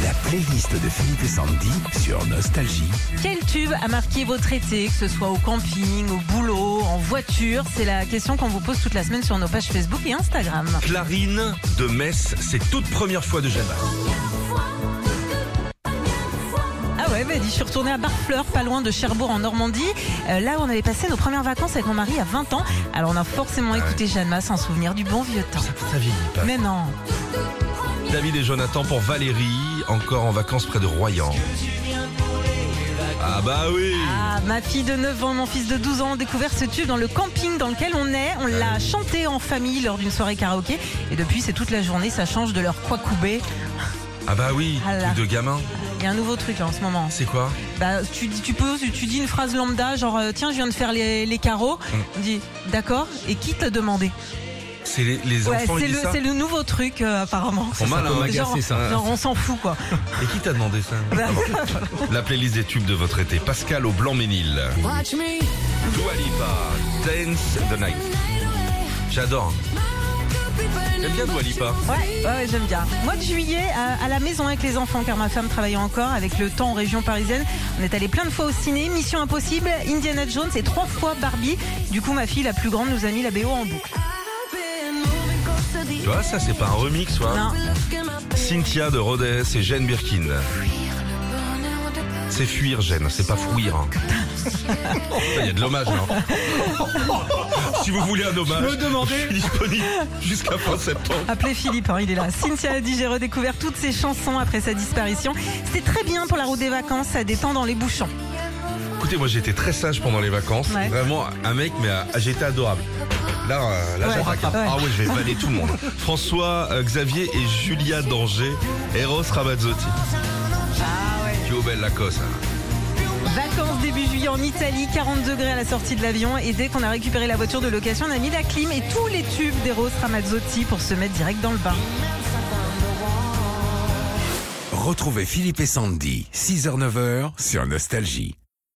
La playlist de Philippe et Sandy sur Nostalgie. Quel tube a marqué votre été, que ce soit au camping, au boulot, en voiture? C'est la question qu'on vous pose toute la semaine sur nos pages Facebook et Instagram. Clarine de Metz, c'est toute première fois de Jeanne. Ah ouais, elle dit, je suis retournée à Barfleur, pas loin de Cherbourg en Normandie. Là où on avait passé nos premières vacances avec mon mari à 20 ans. Alors on a forcément écouté Jeanne Masse en souvenir du bon vieux temps. Ça vieillit pas. Mais non. David et Jonathan pour Valérie, encore en vacances près de Royan. Ah bah oui. Ah, ma fille de 9 ans, mon fils de 12 ans ont découvert ce tube dans le camping dans lequel on est. On l'a chanté en famille lors d'une soirée karaoké. Et depuis, c'est toute la journée, ça change de leur Kwakubé. Ah bah oui, Ah là. truc de gamin. Il y a un nouveau truc là en ce moment. C'est quoi? Bah, tu dis une phrase lambda, genre tiens, je viens de faire les carreaux. On dit d'accord. Et qui t'a demandé? C'est les Ouais, enfants qui disent ça. c'est le nouveau truc apparemment. Font mal, hein. Genre, on s'en fout quoi. Et qui t'a demandé ça? La playlist des tubes de votre été. Pascal au Blanc-Ménil. Dua Lipa, Dance the Night. J'adore. J'aime bien Dua Lipa. Ouais, j'aime bien. Mois de juillet, à la maison avec les enfants, car ma femme travaille encore. Avec le temps en région parisienne, on est allé plein de fois au ciné. Mission Impossible, Indiana Jones et 3 fois Barbie. Du coup, ma fille, la plus grande, nous a mis la BO en boucle. Tu vois, ça c'est pas un remix, quoi. Non. Cynthia de Rodez et Jeanne Birkin. C'est fuir, Jeanne, c'est pas fouir. Il y a de l'hommage, là. Si vous voulez un hommage, je suis disponible jusqu'à fin septembre. Appelez Philippe, il est là. Cynthia a dit, j'ai redécouvert toutes ses chansons après sa disparition. C'était très bien pour la route des vacances, ça détend dans les bouchons. Écoutez, moi j'ai été très sage pendant les vacances. Ouais. Vraiment un mec, mais j'étais adorable. Là j'attaque. Ouais. Ah ouais, je vais vanner tout le monde. François, Xavier et Julia d'Angers. Eros Ramazzotti. Ah ouais. Tu es au bel Lacoste. Vacances début juillet en Italie, 40 degrés à la sortie de l'avion. Et dès qu'on a récupéré la voiture de location, on a mis la clim et tous les tubes d'Eros Ramazzotti pour se mettre direct dans le bain. Retrouvez Philippe et Sandy, 6h-9h sur Nostalgie.